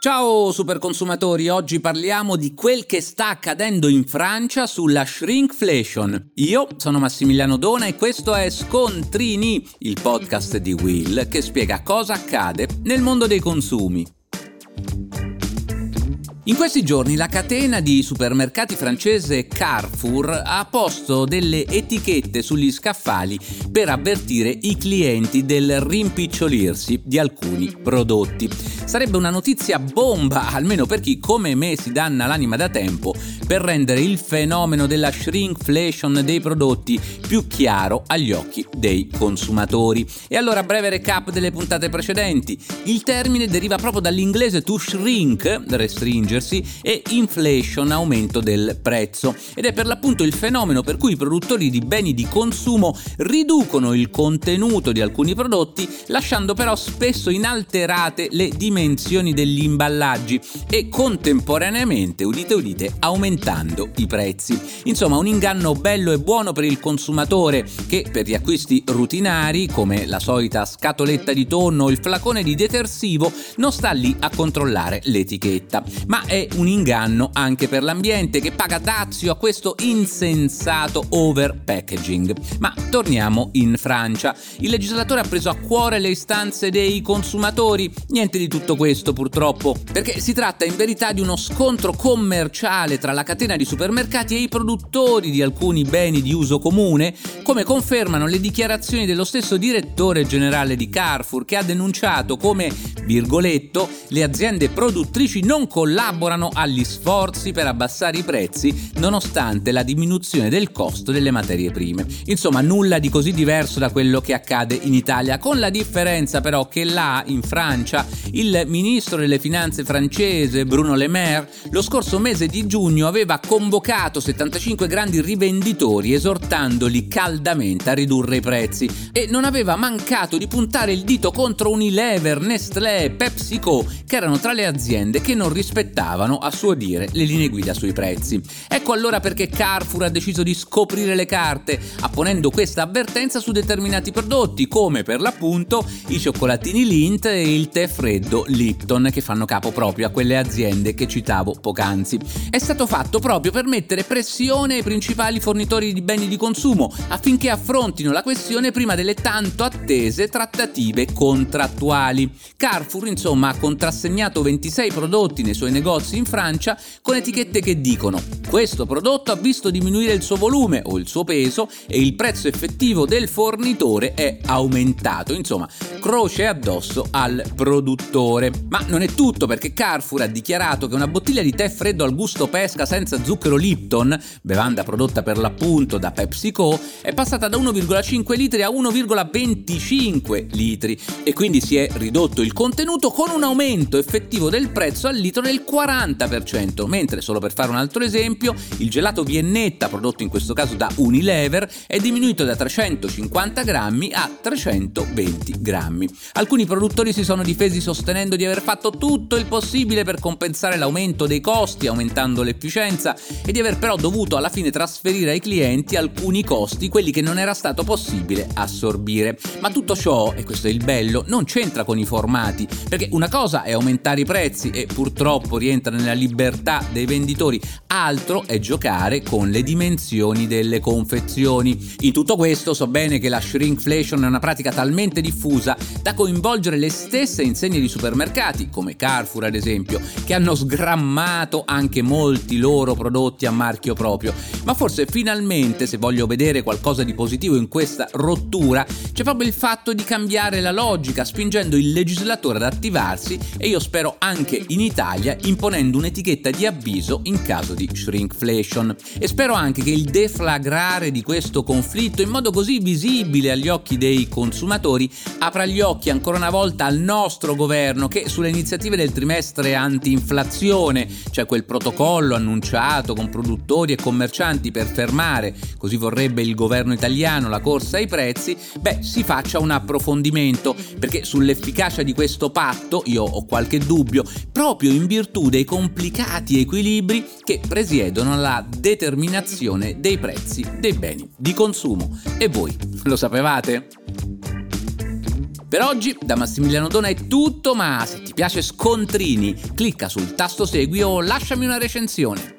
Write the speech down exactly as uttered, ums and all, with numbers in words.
Ciao superconsumatori, oggi parliamo di quel che sta accadendo in Francia sulla shrinkflation. Io sono Massimiliano Dona e questo è Scontrini, il podcast di Will che spiega cosa accade nel mondo dei consumi. In questi giorni la catena di supermercati francese Carrefour ha posto delle etichette sugli scaffali per avvertire i clienti del rimpicciolirsi di alcuni prodotti. Sarebbe una notizia bomba, almeno per chi come me si danna l'anima da tempo per rendere il fenomeno della shrinkflation dei prodotti più chiaro agli occhi dei consumatori. E allora, breve recap delle puntate precedenti. Il termine deriva proprio dall'inglese to shrink, restringere, e inflation, aumento del prezzo, ed è per l'appunto il fenomeno per cui i produttori di beni di consumo riducono il contenuto di alcuni prodotti lasciando però spesso inalterate le dimensioni degli imballaggi e contemporaneamente, udite udite, aumentando i prezzi. Insomma, un inganno bello e buono per il consumatore che per gli acquisti rutinari come la solita scatoletta di tonno o il flacone di detersivo non sta lì a controllare l'etichetta, ma è un inganno anche per l'ambiente che paga dazio a questo insensato overpackaging. Ma torniamo in Francia. Il legislatore ha preso a cuore le istanze dei consumatori? Niente di tutto questo purtroppo, perché si tratta in verità di uno scontro commerciale tra la catena di supermercati e i produttori di alcuni beni di uso comune, come confermano le dichiarazioni dello stesso direttore generale di Carrefour, che ha denunciato come, virgoletto, le aziende produttrici non collaborano agli sforzi per abbassare i prezzi nonostante la diminuzione del costo delle materie prime. Insomma, nulla di così diverso da quello che accade in Italia, con la differenza però che là in Francia il ministro delle finanze francese Bruno Le Maire lo scorso mese di giugno aveva convocato settantacinque grandi rivenditori esortandoli caldamente a ridurre i prezzi e non aveva mancato di puntare il dito contro Unilever, Nestlé e PepsiCo, che erano tra le aziende che non rispettavano a suo dire le linee guida sui prezzi. Ecco allora perché Carrefour ha deciso di scoprire le carte, apponendo questa avvertenza su determinati prodotti come per l'appunto i cioccolatini Lindt e il tè freddo Lipton, che fanno capo proprio a quelle aziende che citavo poc'anzi. È stato fatto proprio per mettere pressione ai principali fornitori di beni di consumo affinché affrontino la questione prima delle tanto attese trattative contrattuali. Carrefour insomma ha contrassegnato ventisei prodotti nei suoi negozi in Francia con etichette che dicono: questo prodotto ha visto diminuire il suo volume o il suo peso e il prezzo effettivo del fornitore è aumentato. Insomma, croce addosso al produttore. Ma non è tutto, perché Carrefour ha dichiarato che una bottiglia di tè freddo al gusto pesca senza zucchero Lipton, bevanda prodotta per l'appunto da PepsiCo, è passata da uno virgola cinque litri a uno virgola venticinque litri e quindi si è ridotto il contenuto con un aumento effettivo del prezzo al litro del quaranta per cento, mentre, solo per fare un altro esempio, il gelato Viennetta, prodotto in questo caso da Unilever, è diminuito da trecentocinquanta grammi a trecentoventi grammi. Alcuni produttori si sono difesi sostenendo di aver fatto tutto il possibile per compensare l'aumento dei costi, aumentando l'efficienza, e di aver però dovuto alla fine trasferire ai clienti alcuni costi, quelli che non era stato possibile assorbire. Ma tutto ciò, e questo è il bello, non c'entra con i formati, perché una cosa è aumentare i prezzi e purtroppo rientra nella libertà dei venditori, altro è giocare con le dimensioni delle confezioni. In tutto questo so bene che la shrinkflation è una pratica talmente diffusa da coinvolgere le stesse insegne di supermercati, come Carrefour ad esempio, che hanno sgrammato anche molti loro prodotti a marchio proprio. Ma forse finalmente, se voglio vedere qualcosa di positivo in questa rottura, c'è proprio il fatto di cambiare la logica, spingendo il legislatore ad attivarsi, e io spero anche in Italia, imponendo un'etichetta di avviso in caso di shrinkflation. E spero anche che il deflagrare di questo conflitto in modo così visibile agli occhi dei consumatori apra gli occhi ancora una volta al nostro governo, che sulle iniziative del trimestre anti-inflazione, cioè quel protocollo annunciato con produttori e commercianti per fermare, così vorrebbe il governo italiano, la corsa ai prezzi, beh, si faccia un approfondimento, perché sull'efficacia di questo patto io ho qualche dubbio, proprio in virtù dei complicati equilibri che presiedono alla determinazione dei prezzi dei beni di consumo. E voi lo sapevate? Per oggi da Massimiliano Dona è tutto, ma se ti piace Scontrini, clicca sul tasto segui o lasciami una recensione.